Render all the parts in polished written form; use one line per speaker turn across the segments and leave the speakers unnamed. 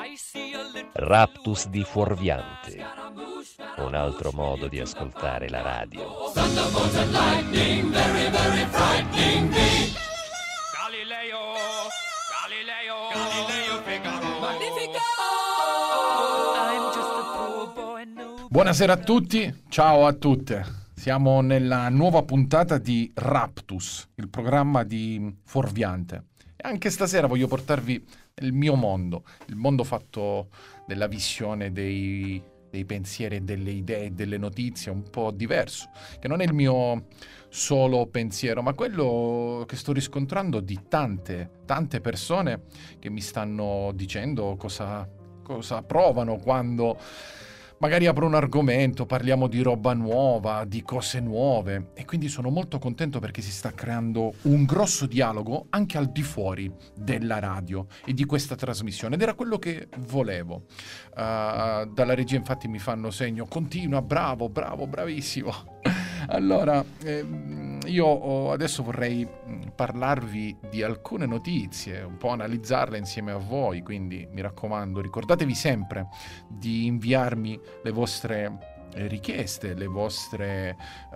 Raptus di fuorviante, un altro modo di ascoltare la radio.
Thunderbolt and lightning, very, very frightening me. Galileo Figaro. Magnifico!
I'm just a poor boy, no.
Buonasera a tutti, ciao a tutte. Siamo nella nuova puntata di Raptus, il programma di Fuorviante. E anche stasera voglio portarvi il mio mondo, il mondo fatto della visione dei pensieri e delle idee, delle notizie, un po' diverso, che non è il mio solo pensiero, ma quello che sto riscontrando di tante persone che mi stanno dicendo cosa provano quando magari apro un argomento, parliamo di roba nuova, di cose nuove, e quindi sono molto contento perché si sta creando un grosso dialogo anche al di fuori della radio e di questa trasmissione, ed era quello che volevo. Dalla regia infatti mi fanno segno, continua, bravo, bravissimo. Allora, io adesso vorrei parlarvi di alcune notizie, un po' analizzarle insieme a voi, quindi mi raccomando, ricordatevi sempre di inviarmi le vostre richieste, le vostre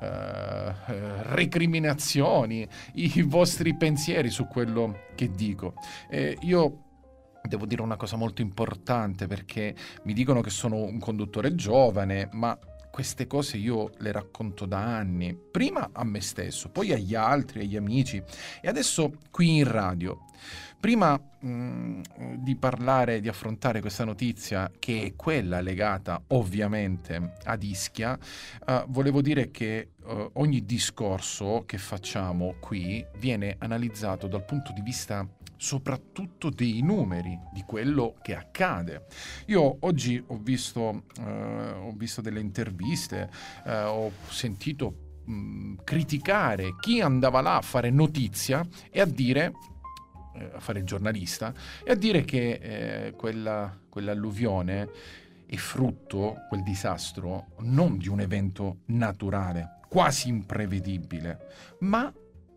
recriminazioni, i vostri pensieri su quello che dico. Io devo dire una cosa molto importante, perché mi dicono che sono un conduttore giovane, ma queste cose io le racconto da anni, prima a me stesso, poi agli altri, agli amici, e adesso qui in radio. Prima di parlare, di affrontare questa notizia, che è quella legata ovviamente ad Ischia, volevo dire che ogni discorso che facciamo qui viene analizzato dal punto di vista soprattutto dei numeri, di quello che accade. Io oggi ho visto delle interviste, ho sentito criticare chi andava là a fare notizia e a dire, a fare il giornalista, e a dire che quell'alluvione è frutto, quel disastro, non di un evento naturale, quasi imprevedibile, ma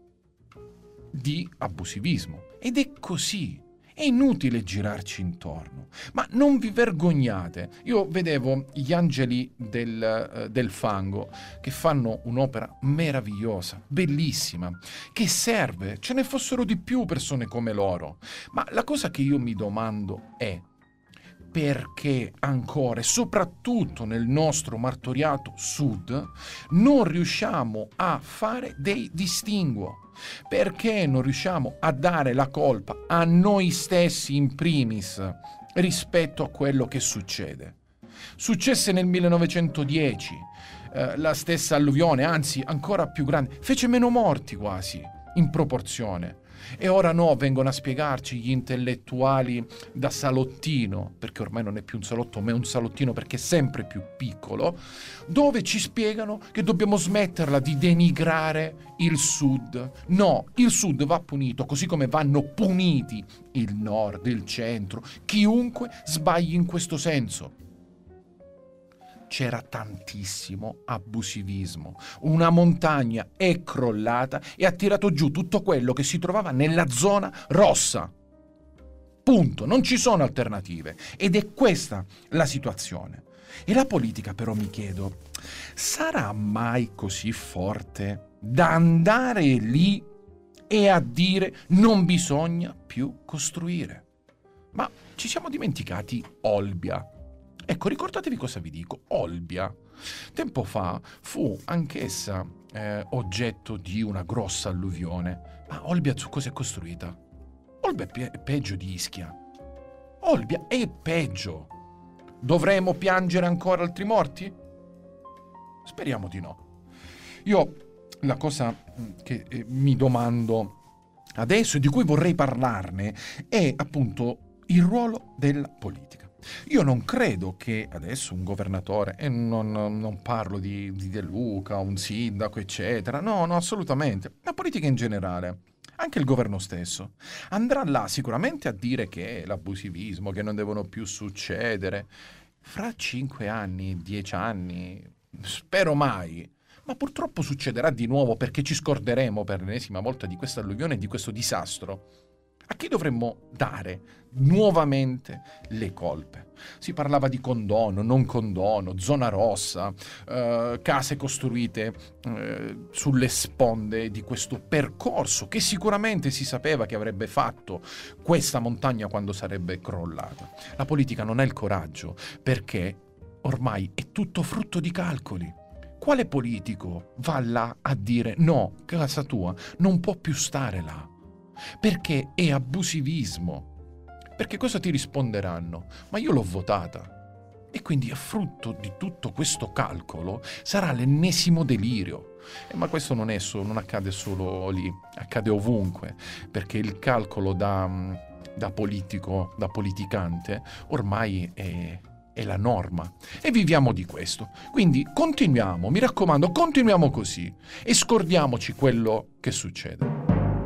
di abusivismo. Ed è così. È inutile girarci intorno. Ma non vi vergognate. Io vedevo gli Angeli del Fango che fanno un'opera meravigliosa, bellissima, che serve. Ce ne fossero di più persone come loro. Ma la cosa che io mi domando è: perché ancora, e soprattutto nel nostro martoriato sud, non riusciamo a fare dei distinguo? Perché non riusciamo a dare la colpa a noi stessi in primis rispetto a quello che succede? Successe nel 1910, la stessa alluvione, anzi ancora più grande, fece meno morti quasi, in proporzione. E ora no, vengono a spiegarci gli intellettuali da salottino, perché ormai non è più un salotto, ma è un salottino perché è sempre più piccolo, dove ci spiegano che dobbiamo smetterla di denigrare il Sud. No, il Sud va punito, così come vanno puniti il Nord, il Centro, chiunque sbagli in questo senso. C'era tantissimo abusivismo. Una montagna è crollata e ha tirato giù tutto quello che si trovava nella zona rossa. Punto. Non ci sono alternative. Ed è questa la situazione. E la politica, però, mi chiedo, sarà mai così forte da andare lì e a dire non bisogna più costruire? Ma ci siamo dimenticati Olbia. Ecco, ricordatevi cosa vi dico. Olbia, tempo fa, fu anch'essa oggetto di una grossa alluvione. Ma Olbia su cosa è costruita? Olbia è peggio di Ischia. Olbia è peggio. Dovremo piangere ancora altri morti? Speriamo di no. Io la cosa che mi domando adesso e di cui vorrei parlarne è appunto il ruolo della politica. Io non credo che adesso un governatore, e non parlo di De Luca, un sindaco, eccetera, no, assolutamente, la politica in generale, anche il governo stesso, andrà là sicuramente a dire che l'abusivismo, che non devono più succedere. Fra 5 anni, 10 anni, spero mai, ma purtroppo succederà di nuovo, perché ci scorderemo per l'ennesima volta di questa alluvione e di questo disastro. A chi dovremmo dare nuovamente le colpe? Si parlava di condono, non condono, zona rossa, case costruite sulle sponde di questo percorso che sicuramente si sapeva che avrebbe fatto questa montagna quando sarebbe crollata. La politica non ha il coraggio perché ormai è tutto frutto di calcoli. Quale politico va là a dire no, casa tua non può più stare là? Perché è abusivismo. Perché cosa ti risponderanno? Ma io l'ho votata. E quindi a frutto di tutto questo calcolo sarà l'ennesimo delirio. Ma questo non accade solo lì, accade ovunque, perché il calcolo da politico, da politicante, ormai è la norma. E viviamo di questo. Quindi continuiamo, mi raccomando, continuiamo così e scordiamoci quello che succede.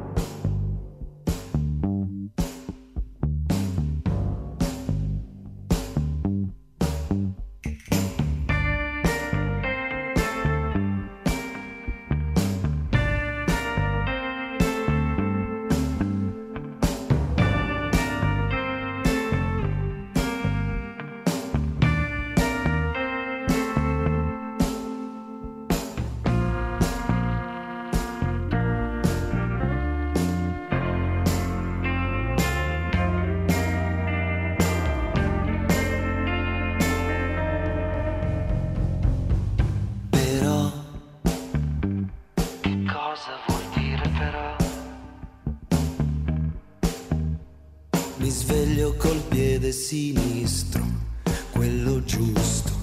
Mi sveglio col piede sinistro, quello giusto.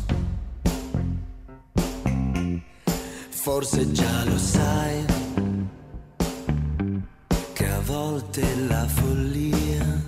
Forse già lo sai che a volte la follia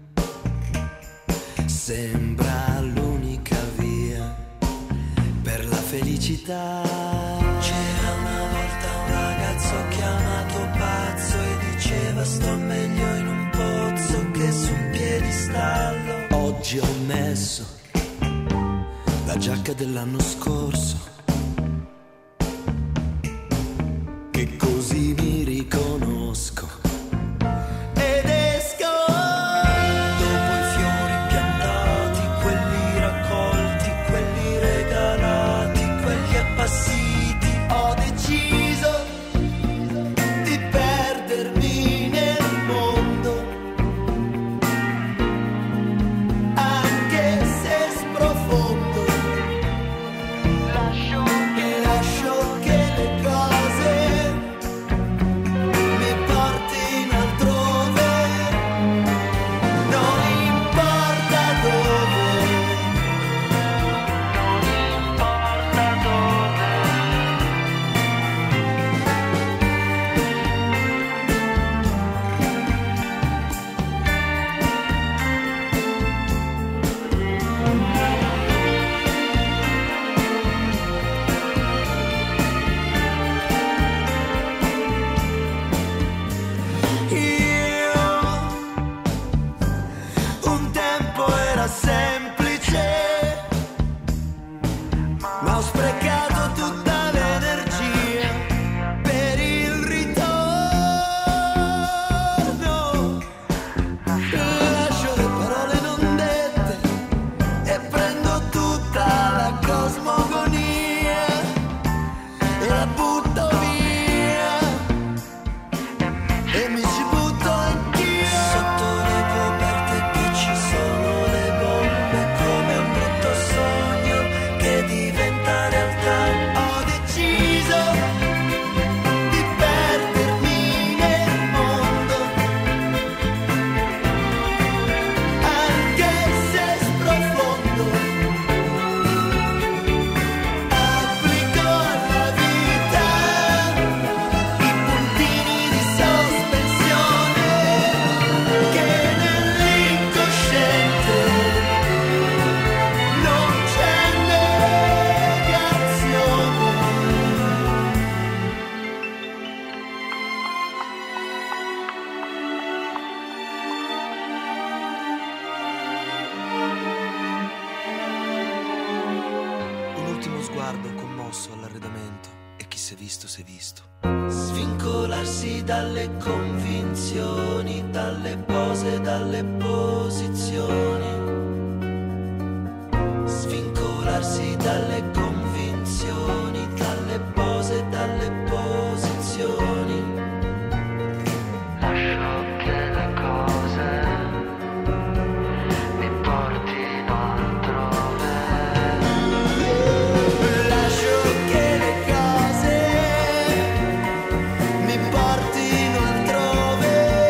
sembra l'unica via per la felicità. C'era una volta un ragazzo chiamato pazzo e diceva sto meglio in un pozzo che su un piedistallo. Oggi ho messo la giacca dell'anno scorso, che così mi riconosco ed esco. Dopo i fiori piantati, quelli raccolti, quelli regalati, quelli appassiti, ho deciso di perdermi nel mondo, anche se sprofondo. Lascio che le cose mi portino altrove, non importa dove, non importa dove. Un tempo era semplice, ma ho sprecato tutta l'energia per il ritorno. Lascio le parole non dette e prendo tutta la cosmogonia e la butto via. E mi ci butto anch'io. Sotto le coperte che ci sono le bombe, come un brutto sogno che diventa realtà. Ho deciso di perdermi nel mondo, anche se sprofondo. Applico alla vita i puntini di sospensione che nell'incosciente non c'è negazione. Un ultimo sguardo commosso all'arredamento e chi se si è visto. Svincolarsi dalle convinzioni, dalle pose, dalle posizioni. Svincolarsi dalle convinzioni, dalle pose, dalle posizioni. Lascio che le cose mi portino altrove. Lascio che le cose mi portino altrove.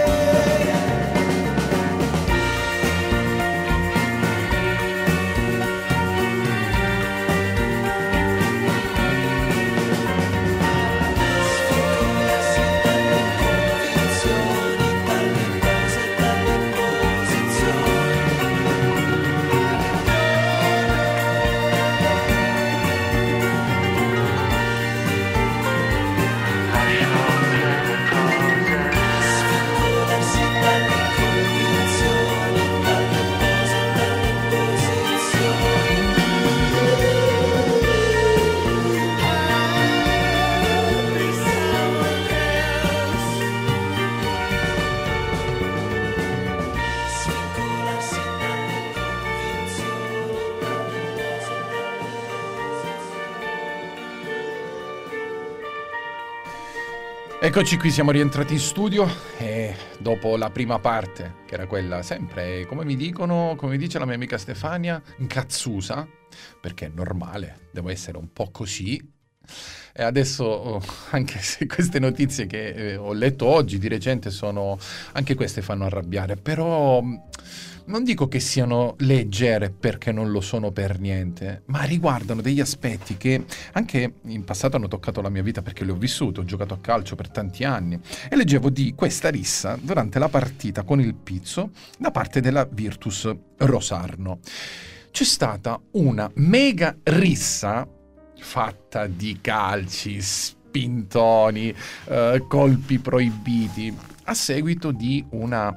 Eccoci qui, siamo rientrati in studio e dopo la prima parte, che era quella sempre, come mi dice la mia amica Stefania, incazzusa, perché è normale, devo essere un po' così. E adesso, anche se queste notizie che ho letto oggi di recente sono, anche queste fanno arrabbiare, però non dico che siano leggere, perché non lo sono per niente, ma riguardano degli aspetti che anche in passato hanno toccato la mia vita, perché li ho vissuti, ho giocato a calcio per tanti anni e leggevo di questa rissa durante la partita con il Pizzo da parte della Virtus Rosarno. C'è stata una mega rissa fatta di calci, spintoni, colpi proibiti, a seguito di un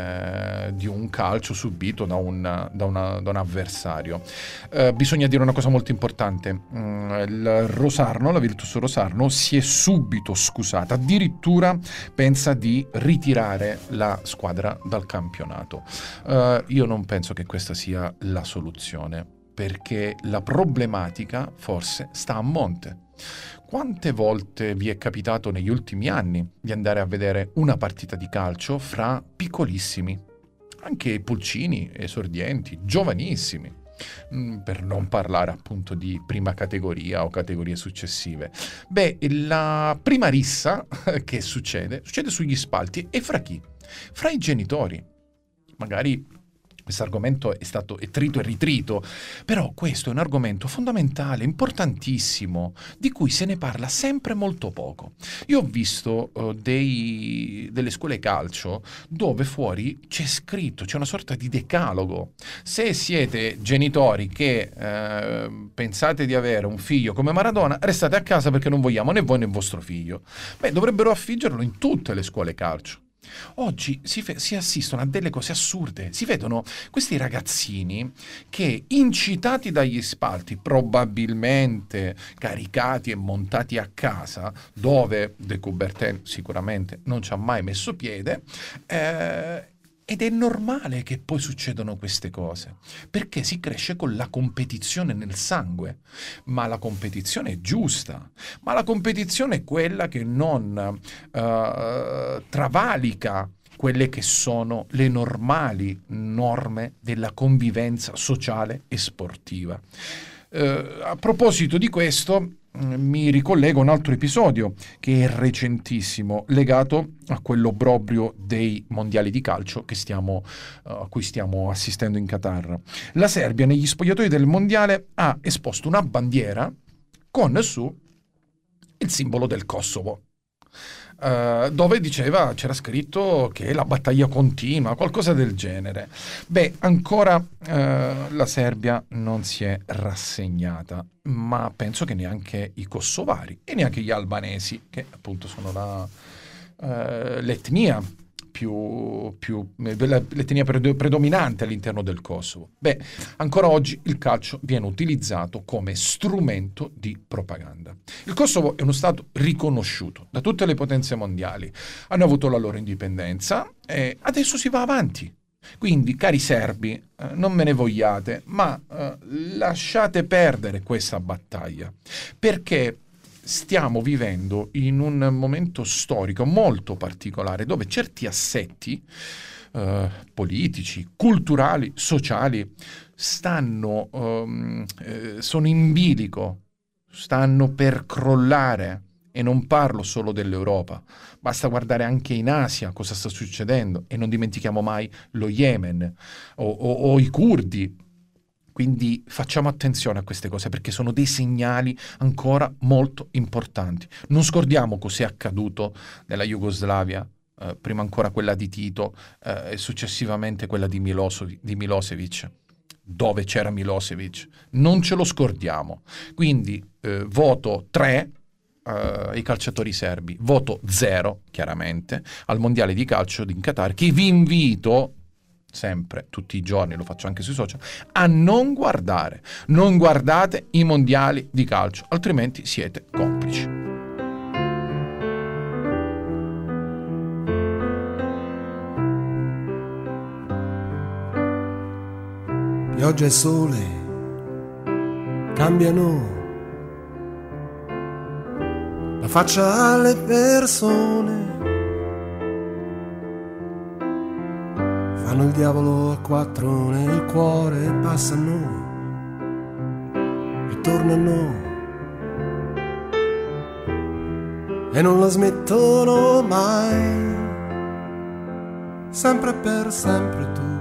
calcio subito da un avversario. Bisogna dire una cosa molto importante: il Rosarno, la Virtus Rosarno, si è subito scusata, addirittura pensa di ritirare la squadra dal campionato. Io non penso che questa sia la soluzione, perché la problematica forse sta a monte. Quante volte vi è capitato negli ultimi anni di andare a vedere una partita di calcio fra piccolissimi, anche pulcini, esordienti, giovanissimi, per non parlare appunto di prima categoria o categorie successive? È la prima rissa che succede sugli spalti. E fra chi? Fra i genitori. Magari questo argomento è stato trito e ritrito, però questo è un argomento fondamentale, importantissimo, di cui se ne parla sempre molto poco. Io ho visto delle scuole calcio dove fuori c'è scritto, c'è una sorta di decalogo: se siete genitori che pensate di avere un figlio come Maradona, restate a casa perché non vogliamo né voi né vostro figlio. Dovrebbero affiggerlo in tutte le scuole calcio. Oggi si assistono a delle cose assurde. Si vedono questi ragazzini che, incitati dagli spalti, probabilmente caricati e montati a casa, dove De Coubertin sicuramente non ci ha mai messo piede, ed è normale che poi succedano queste cose, perché si cresce con la competizione nel sangue. Ma la competizione è giusta, ma la competizione è quella che non travalica quelle che sono le normali norme della convivenza sociale e sportiva. A proposito di questo, mi ricollego a un altro episodio che è recentissimo, legato a quell'obbrobrio dei mondiali di calcio a cui stiamo assistendo in Qatar. La Serbia, negli spogliatoi del mondiale, ha esposto una bandiera con su il simbolo del Kosovo, dove c'era scritto che la battaglia continua, qualcosa del genere. Ancora la Serbia non si è rassegnata, ma penso che neanche i kosovari e neanche gli albanesi, che appunto sono l'etnia l'etnia predominante all'interno del Kosovo. Beh, ancora oggi il calcio viene utilizzato come strumento di propaganda. Il Kosovo è uno stato riconosciuto da tutte le potenze mondiali, hanno avuto la loro indipendenza e adesso si va avanti. Quindi, cari serbi, non me ne vogliate, ma lasciate perdere questa battaglia, perché stiamo vivendo in un momento storico molto particolare dove certi assetti politici, culturali, sociali sono in bilico, stanno per crollare. E non parlo solo dell'Europa, basta guardare anche in Asia cosa sta succedendo e non dimentichiamo mai lo Yemen o i curdi. Quindi facciamo attenzione a queste cose perché sono dei segnali ancora molto importanti. Non scordiamo cos'è accaduto nella Jugoslavia, prima ancora quella di Tito e successivamente quella di Milosevic, dove c'era Milosevic. Non ce lo scordiamo. Quindi voto 3 ai calciatori serbi, voto 0 chiaramente al mondiale di calcio in Qatar, che vi invito sempre, tutti i giorni, lo faccio anche sui social, a non guardare. Non guardate i mondiali di calcio, altrimenti siete complici.
Pioggia e sole cambiano la faccia alle persone, fanno il diavolo a 4 nel cuore, passano e tornano e non la smettono mai, sempre per sempre tu,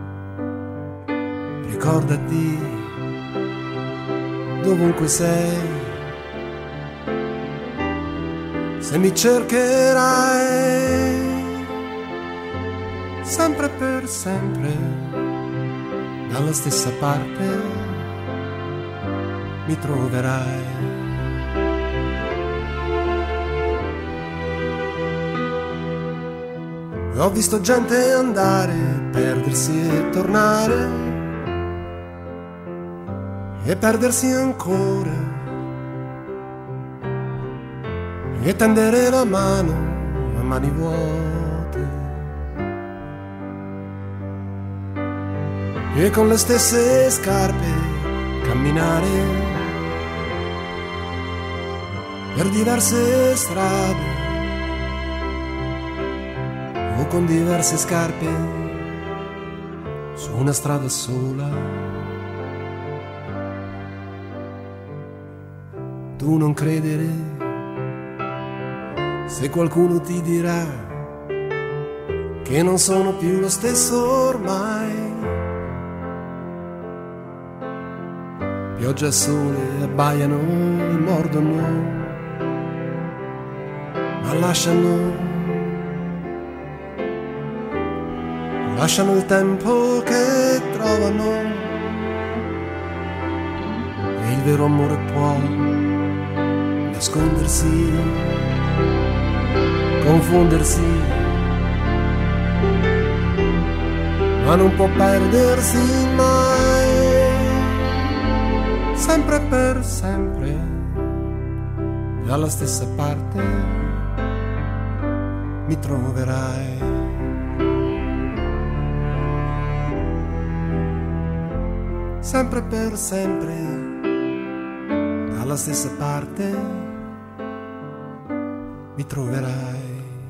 ricordati dovunque sei. Se mi cercherai sempre per sempre dalla stessa parte mi troverai. Ho visto gente andare, perdersi e tornare e perdersi ancora e tendere la mano a mani vuote e con le stesse scarpe camminare per diverse strade o con diverse scarpe su una strada sola. Tu non credere se qualcuno ti dirà che non sono più lo stesso ormai. Pioggia e sole abbaiano e mordono, ma lasciano il tempo che trovano, e il vero amore può nascondersi, confondersi, ma non può perdersi mai, sempre per sempre, dalla stessa parte mi troverai. Sempre per sempre, dalla stessa parte mi troverai.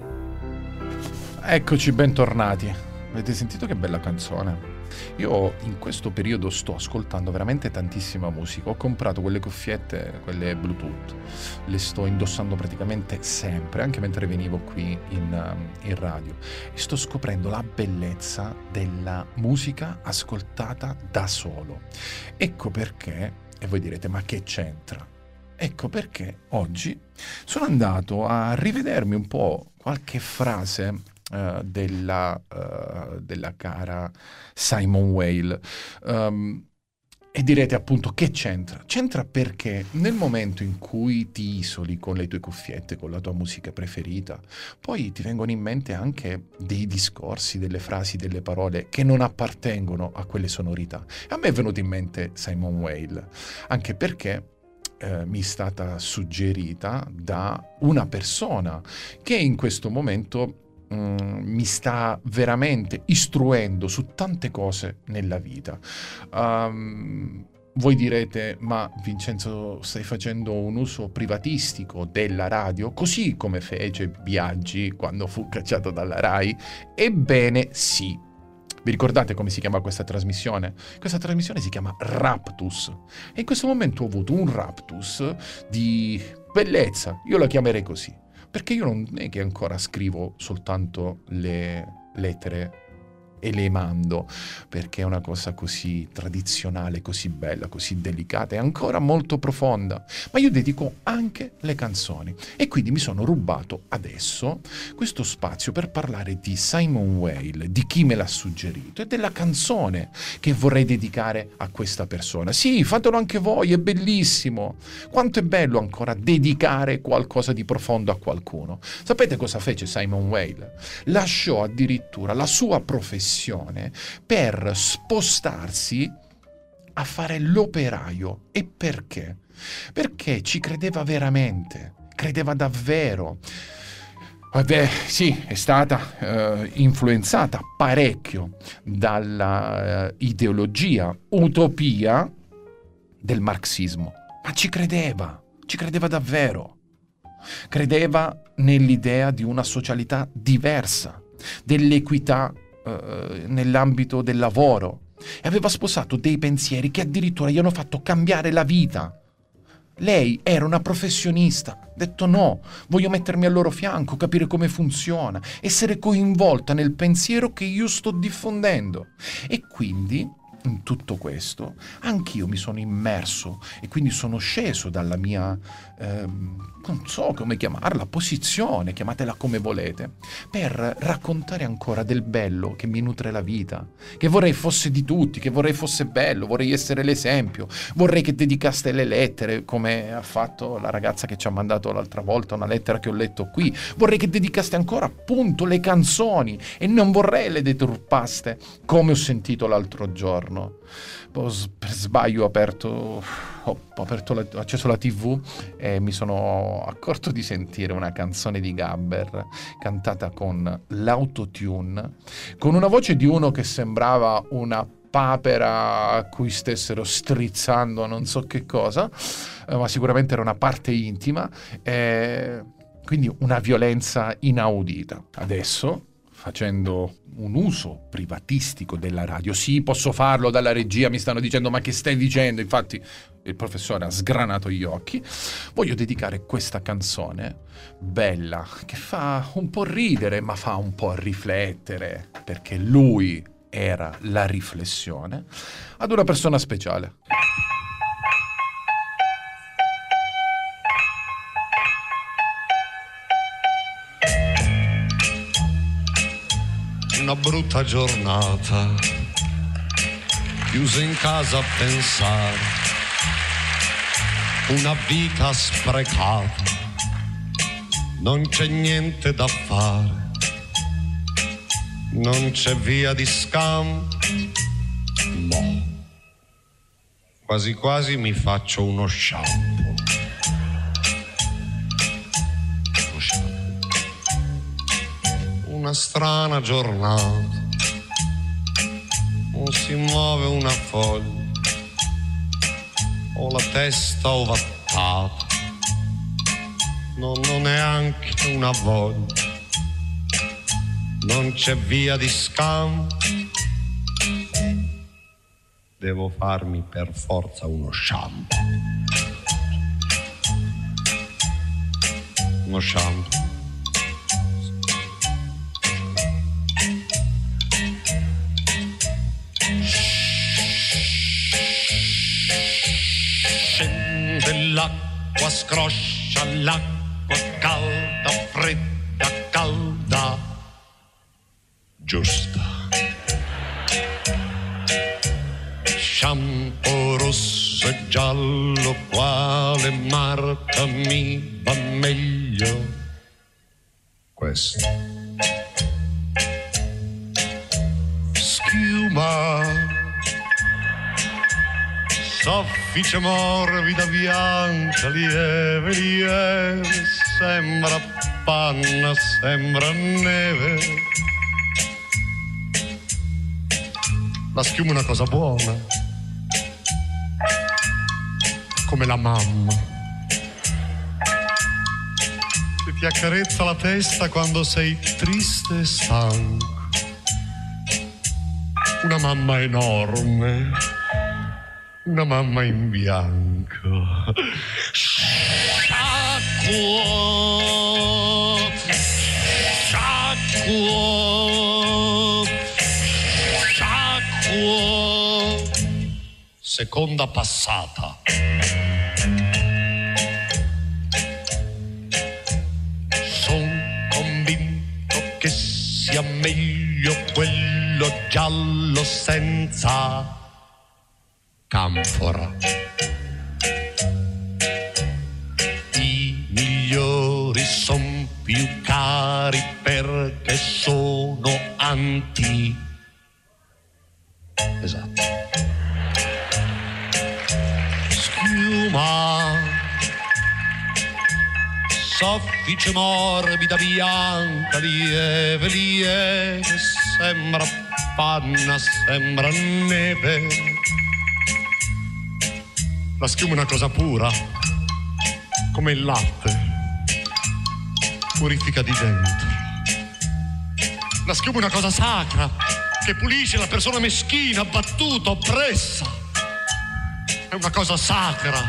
Eccoci, bentornati. Avete sentito che bella canzone? Io in questo periodo sto ascoltando veramente tantissima musica. Ho comprato quelle cuffiette, quelle Bluetooth, le sto indossando praticamente sempre, anche mentre venivo qui in radio, e sto scoprendo la bellezza della musica ascoltata da solo. Ecco perché, e voi direte, ma che c'entra? Ecco perché oggi sono andato a rivedermi un po' qualche frase della cara Simone Weil. E direte appunto che c'entra? C'entra perché nel momento in cui ti isoli con le tue cuffiette, con la tua musica preferita, poi ti vengono in mente anche dei discorsi, delle frasi, delle parole che non appartengono a quelle sonorità. E a me è venuto in mente Simon Weil, anche perché mi è stata suggerita da una persona che in questo momento mi sta veramente istruendo su tante cose nella vita. Voi direte, ma Vincenzo, stai facendo un uso privatistico della radio, così come fece Biagi quando fu cacciato dalla Rai? Ebbene sì. Vi ricordate come si chiama questa trasmissione? Questa trasmissione si chiama Raptus. E in questo momento ho avuto un raptus di bellezza, io la chiamerei così. Perché io non è che ancora scrivo soltanto le lettere e le mando, perché è una cosa così tradizionale, così bella, così delicata e ancora molto profonda, ma io dedico anche le canzoni e quindi mi sono rubato adesso questo spazio per parlare di Simon Weil, di chi me l'ha suggerito e della canzone che vorrei dedicare a questa persona. Sì, fatelo anche voi, è bellissimo. Quanto è bello ancora dedicare qualcosa di profondo a qualcuno. Sapete cosa fece Simon Weil? Lasciò addirittura la sua professione per spostarsi a fare l'operaio. E perché? Perché ci credeva veramente, credeva davvero. Vabbè, sì, è stata influenzata parecchio dalla ideologia, utopia del marxismo, ma ci credeva davvero. Credeva nell'idea di una socialità diversa, dell'equità nell'ambito del lavoro, e aveva sposato dei pensieri che addirittura gli hanno fatto cambiare la vita. Lei era una professionista, ha detto no, voglio mettermi al loro fianco, capire come funziona, essere coinvolta nel pensiero che io sto diffondendo. E quindi in tutto questo anch'io mi sono immerso e quindi sono sceso dalla mia non so come chiamarla, posizione, chiamatela come volete, per raccontare ancora del bello che mi nutre la vita, che vorrei fosse di tutti, che vorrei fosse bello, vorrei essere l'esempio, vorrei che dedicaste le lettere come ha fatto la ragazza che ci ha mandato l'altra volta una lettera che ho letto qui, vorrei che dedicaste ancora appunto le canzoni e non vorrei le deturpaste come ho sentito l'altro giorno. Per sbaglio ho acceso la TV e mi sono accorto di sentire una canzone di Gabber cantata con l'autotune, con una voce di uno che sembrava una papera a cui stessero strizzando non so che cosa, ma sicuramente era una parte intima, quindi una violenza inaudita. Adesso, facendo un uso privatistico della radio, sì, posso farlo, dalla regia mi stanno dicendo ma che stai dicendo, infatti il professore ha sgranato gli occhi, voglio dedicare questa canzone bella che fa un po' ridere ma fa un po' riflettere, perché lui era la riflessione, ad una persona speciale.
Una brutta giornata, chiuso in casa a pensare, una vita sprecata, non c'è niente da fare, non c'è via di scampo, no, quasi quasi mi faccio uno shampoo. Una strana giornata, non si muove una foglia, ho la testa ovattata, non ho neanche una voglia, non c'è via di scampo, devo farmi per forza uno shampoo. Uno shampoo. L'acqua scroscia, l'acqua calda, fredda, calda, giusta. shampoo rosso e giallo, quale marca mi va meglio? Questo. Schiuma, soffice morbida bianca, lieve, lieve, sembra panna, sembra neve. La schiuma è una cosa buona, come la mamma, che ti accarezza la testa quando sei triste e stanco. Una mamma enorme, una mamma in bianco. Sciacquo, sciacquo, sciacquo. Seconda passata. Son convinto che sia meglio quello giallo senza canfora. I migliori son più cari perché sono anti. Esatto. Schiuma, soffice morbida bianca, lieve, lieve, sembra panna, sembra neve. La schiuma è una cosa pura, come il latte, purifica di dentro. La schiuma è una cosa sacra, che pulisce la persona meschina, battuta, oppressa. È una cosa sacra,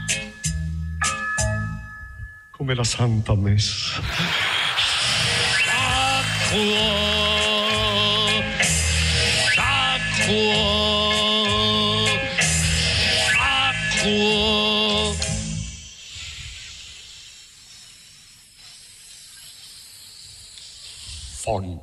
come la Santa Messa. Fon.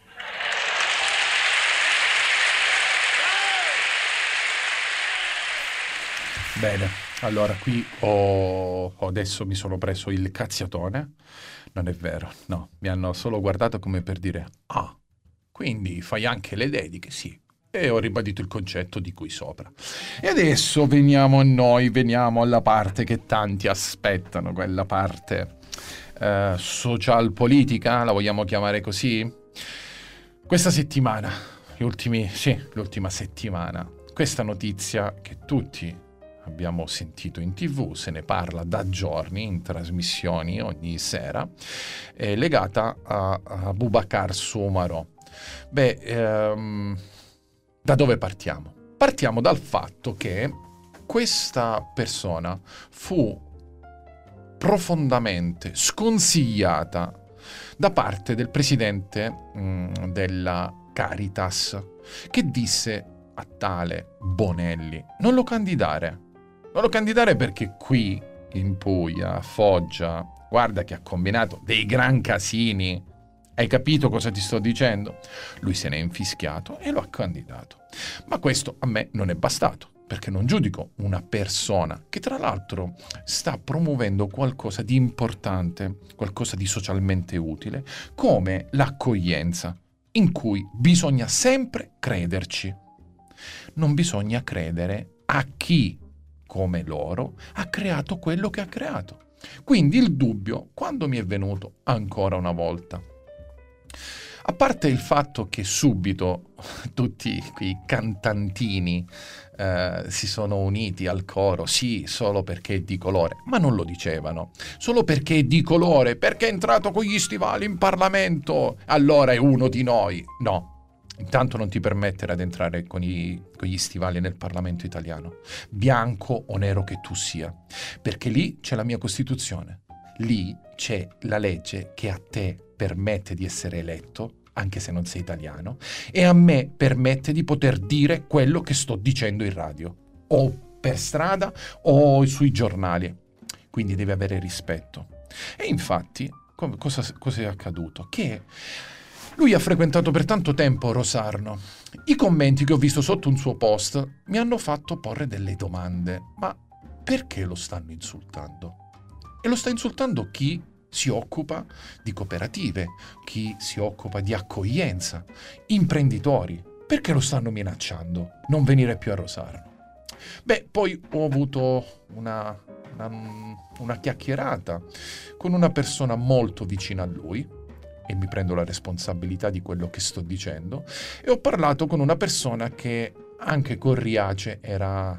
Bene, allora qui adesso mi sono preso il cazziatone. Non è vero, no, mi hanno solo guardato come per dire: ah, quindi fai anche le dediche? Sì. E ho ribadito il concetto di cui sopra. E adesso veniamo a noi, veniamo alla parte che tanti aspettano, quella parte social politica, la vogliamo chiamare così? Questa settimana, l'ultima settimana, questa notizia che tutti abbiamo sentito in TV, se ne parla da giorni in trasmissioni ogni sera, è legata a Boubacar Soumahoro. Da dove partiamo? Partiamo dal fatto che questa persona fu profondamente sconsigliata da parte del presidente della Caritas, che disse a tale Bonelli: non lo candidare perché qui in Puglia, a Foggia, guarda che ha combinato dei gran casini. Hai capito cosa ti sto dicendo? Lui se n'è infischiato e lo ha candidato. Ma questo a me non è bastato, perché non giudico una persona che tra l'altro sta promuovendo qualcosa di importante, qualcosa di socialmente utile, come l'accoglienza, in cui bisogna sempre crederci. Non bisogna credere a chi, come loro, ha creato quello che ha creato. Quindi il dubbio, quando mi è venuto ancora una volta? A parte il fatto che subito tutti quei cantantini si sono uniti al coro, sì, solo perché è di colore, ma non lo dicevano. Solo perché è di colore, perché è entrato con gli stivali in Parlamento, allora è uno di noi. No, intanto non ti permettere ad entrare con gli stivali nel Parlamento italiano, bianco o nero che tu sia, perché lì c'è la mia Costituzione, lì c'è la legge che a te permette di essere eletto, anche se non sei italiano, e a me permette di poter dire quello che sto dicendo in radio, o per strada o sui giornali. Quindi devi avere rispetto. E infatti, cosa è accaduto? Che Lui ha frequentato per tanto tempo Rosarno. I commenti che ho visto sotto un suo post mi hanno fatto porre delle domande. Ma perché lo stanno insultando? E lo sta insultando chi si occupa di cooperative, chi si occupa di accoglienza, imprenditori. Perché lo stanno minacciando? Non venire più a Rosarno. Beh, poi ho avuto una chiacchierata con una persona molto vicina a lui, e mi prendo la responsabilità di quello che sto dicendo, e ho parlato con una persona che anche con Riace era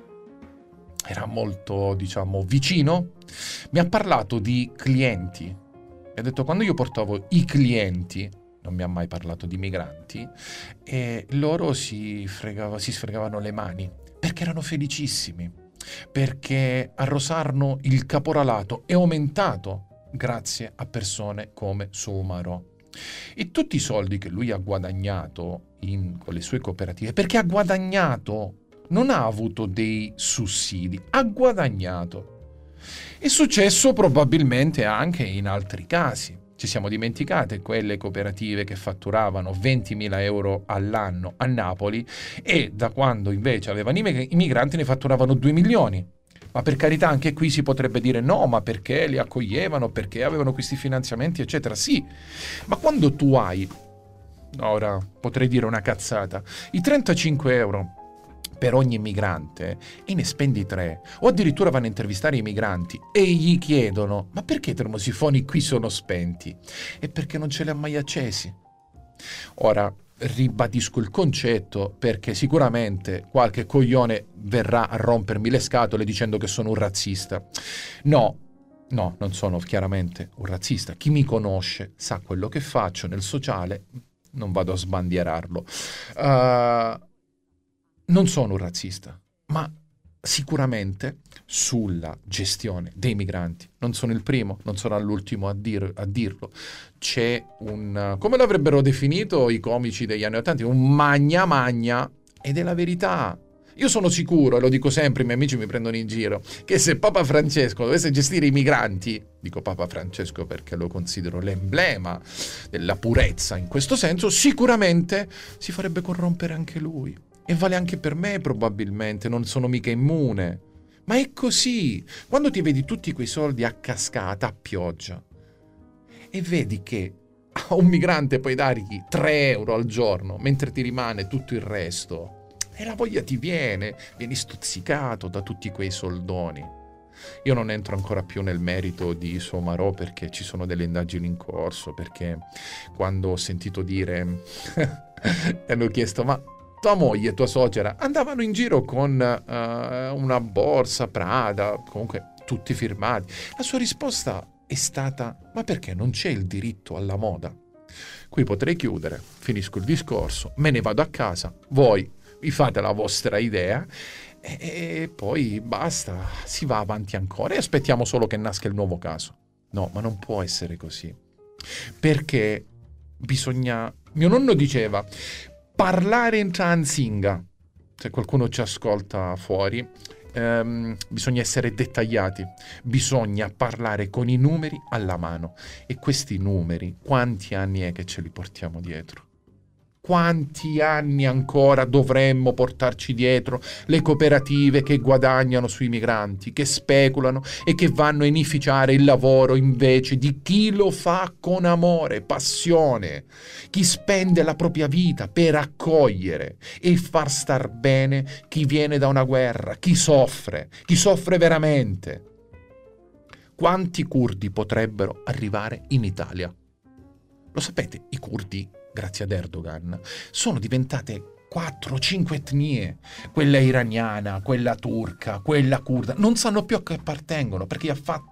molto, diciamo, vicino. Mi ha parlato di clienti e ha detto: quando io portavo i clienti, non mi ha mai parlato di migranti, e loro si sfregavano le mani perché erano felicissimi, perché a Rosarno il caporalato è aumentato grazie a persone come Soumarò. E tutti i soldi che lui ha guadagnato con le sue cooperative, perché ha guadagnato, non ha avuto dei sussidi, ha guadagnato. È successo probabilmente anche in altri casi. Ci siamo dimenticate quelle cooperative che fatturavano 20.000 euro all'anno a Napoli e da quando invece avevano i migranti ne fatturavano 2 milioni. Ma per carità, anche qui si potrebbe dire no, ma perché li accoglievano, perché avevano questi finanziamenti, eccetera. Sì, ma quando tu hai, ora potrei dire una cazzata, i 35 euro per ogni immigrante e ne spendi 3, o addirittura vanno a intervistare i migranti e gli chiedono: ma perché i termosifoni qui sono spenti? E perché non ce li ha mai accesi. Ora ribadisco il concetto, perché sicuramente qualche coglione verrà a rompermi le scatole dicendo che sono un razzista. No, non sono chiaramente un razzista. Chi mi conosce sa quello che faccio nel sociale, non vado a sbandierarlo. Non sono un razzista, ma sicuramente sulla gestione dei migranti non sono il primo, non sarò l'ultimo a dirlo. C'è come l'avrebbero definito i comici degli anni '80, un magna, ed è la verità. Io sono sicuro, e lo dico sempre, i miei amici mi prendono in giro, che se Papa Francesco dovesse gestire i migranti, dico Papa Francesco perché lo considero l'emblema della purezza in questo senso, sicuramente si farebbe corrompere anche lui. E vale anche per me probabilmente, non sono mica immune. Ma è così. Quando ti vedi tutti quei soldi a cascata, a pioggia, e vedi che a un migrante puoi dargli 3 euro al giorno, mentre ti rimane tutto il resto, e la voglia ti vieni stuzzicato da tutti quei soldoni. Io non entro ancora più nel merito di Soumarò perché ci sono delle indagini in corso, perché quando ho sentito dire e hanno chiesto: ma tua moglie e tua suocera andavano in giro con una borsa Prada, comunque tutti firmati, la sua risposta è stata: ma perché non c'è il diritto alla moda? Qui potrei chiudere, finisco il discorso, me ne vado a casa, voi vi fate la vostra idea e poi basta, si va avanti ancora e aspettiamo solo che nasca il nuovo caso. No, ma non può essere così, perché bisogna, mio nonno diceva, parlare in transinga. Se qualcuno ci ascolta fuori, bisogna essere dettagliati, bisogna parlare con i numeri alla mano. E questi numeri, quanti anni è che ce li portiamo dietro? Quanti anni ancora dovremmo portarci dietro le cooperative che guadagnano sui migranti, che speculano e che vanno a inficiare il lavoro invece di chi lo fa con amore, passione, chi spende la propria vita per accogliere e far star bene chi viene da una guerra, chi soffre veramente. Quanti curdi potrebbero arrivare in Italia? Lo sapete, i curdi, grazie ad Erdogan, sono diventate 4-5 etnie, quella iraniana, quella turca, quella curda, non sanno più a che appartengono perché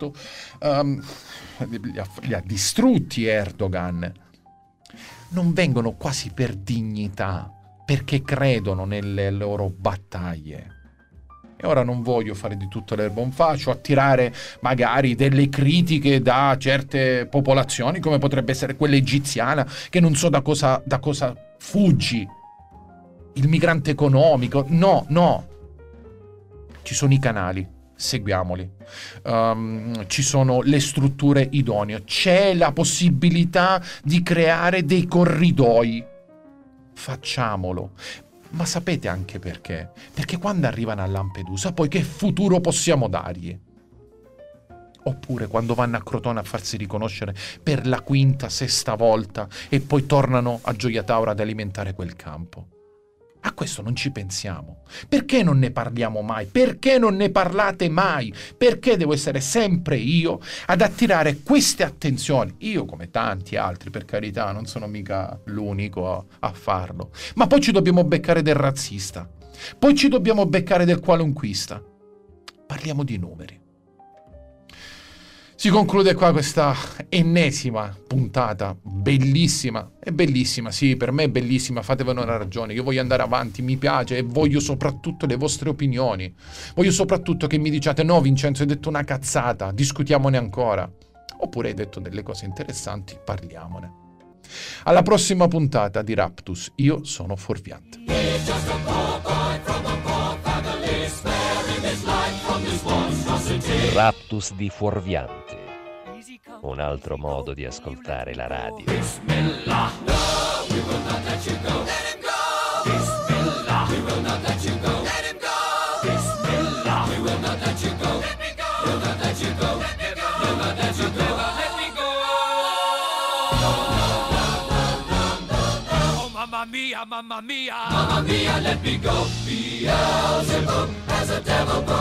li ha distrutti Erdogan. Non vengono quasi per dignità, perché credono nelle loro battaglie. E ora non voglio fare di tutta l'erba un fascio, attirare magari delle critiche da certe popolazioni, come potrebbe essere quella egiziana, che non so da cosa fuggi. Il migrante economico. No. Ci sono i canali seguiamoli. Ci sono le strutture idonee, c'è la possibilità di creare dei corridoi. Facciamolo. Ma sapete anche perché? Perché quando arrivano a Lampedusa, poi che futuro possiamo dargli? Oppure quando vanno a Crotone a farsi riconoscere per la quinta, sesta volta e poi tornano a Gioia Tauro ad alimentare quel campo. A questo non ci pensiamo. Perché non ne parliamo mai? Perché non ne parlate mai? Perché devo essere sempre io ad attirare queste attenzioni? Io, come tanti altri, per carità, non sono mica l'unico a farlo. Ma poi ci dobbiamo beccare del razzista. Poi ci dobbiamo beccare del qualunquista. Parliamo di numeri. Si conclude qua questa ennesima puntata, bellissima, è bellissima, sì, per me è bellissima, fatevene una ragione, io voglio andare avanti, mi piace e voglio soprattutto le vostre opinioni, voglio soprattutto che mi diciate no Vincenzo hai detto una cazzata, discutiamone ancora, oppure hai detto delle cose interessanti, parliamone. Alla prossima puntata di Raptus, io sono Fuorviante.
Raptus di Fuorviante, un altro modo di ascoltare la radio.
Mamma mia, mamma mia,
Mamma mia, let me go. Beelzebub has a devil.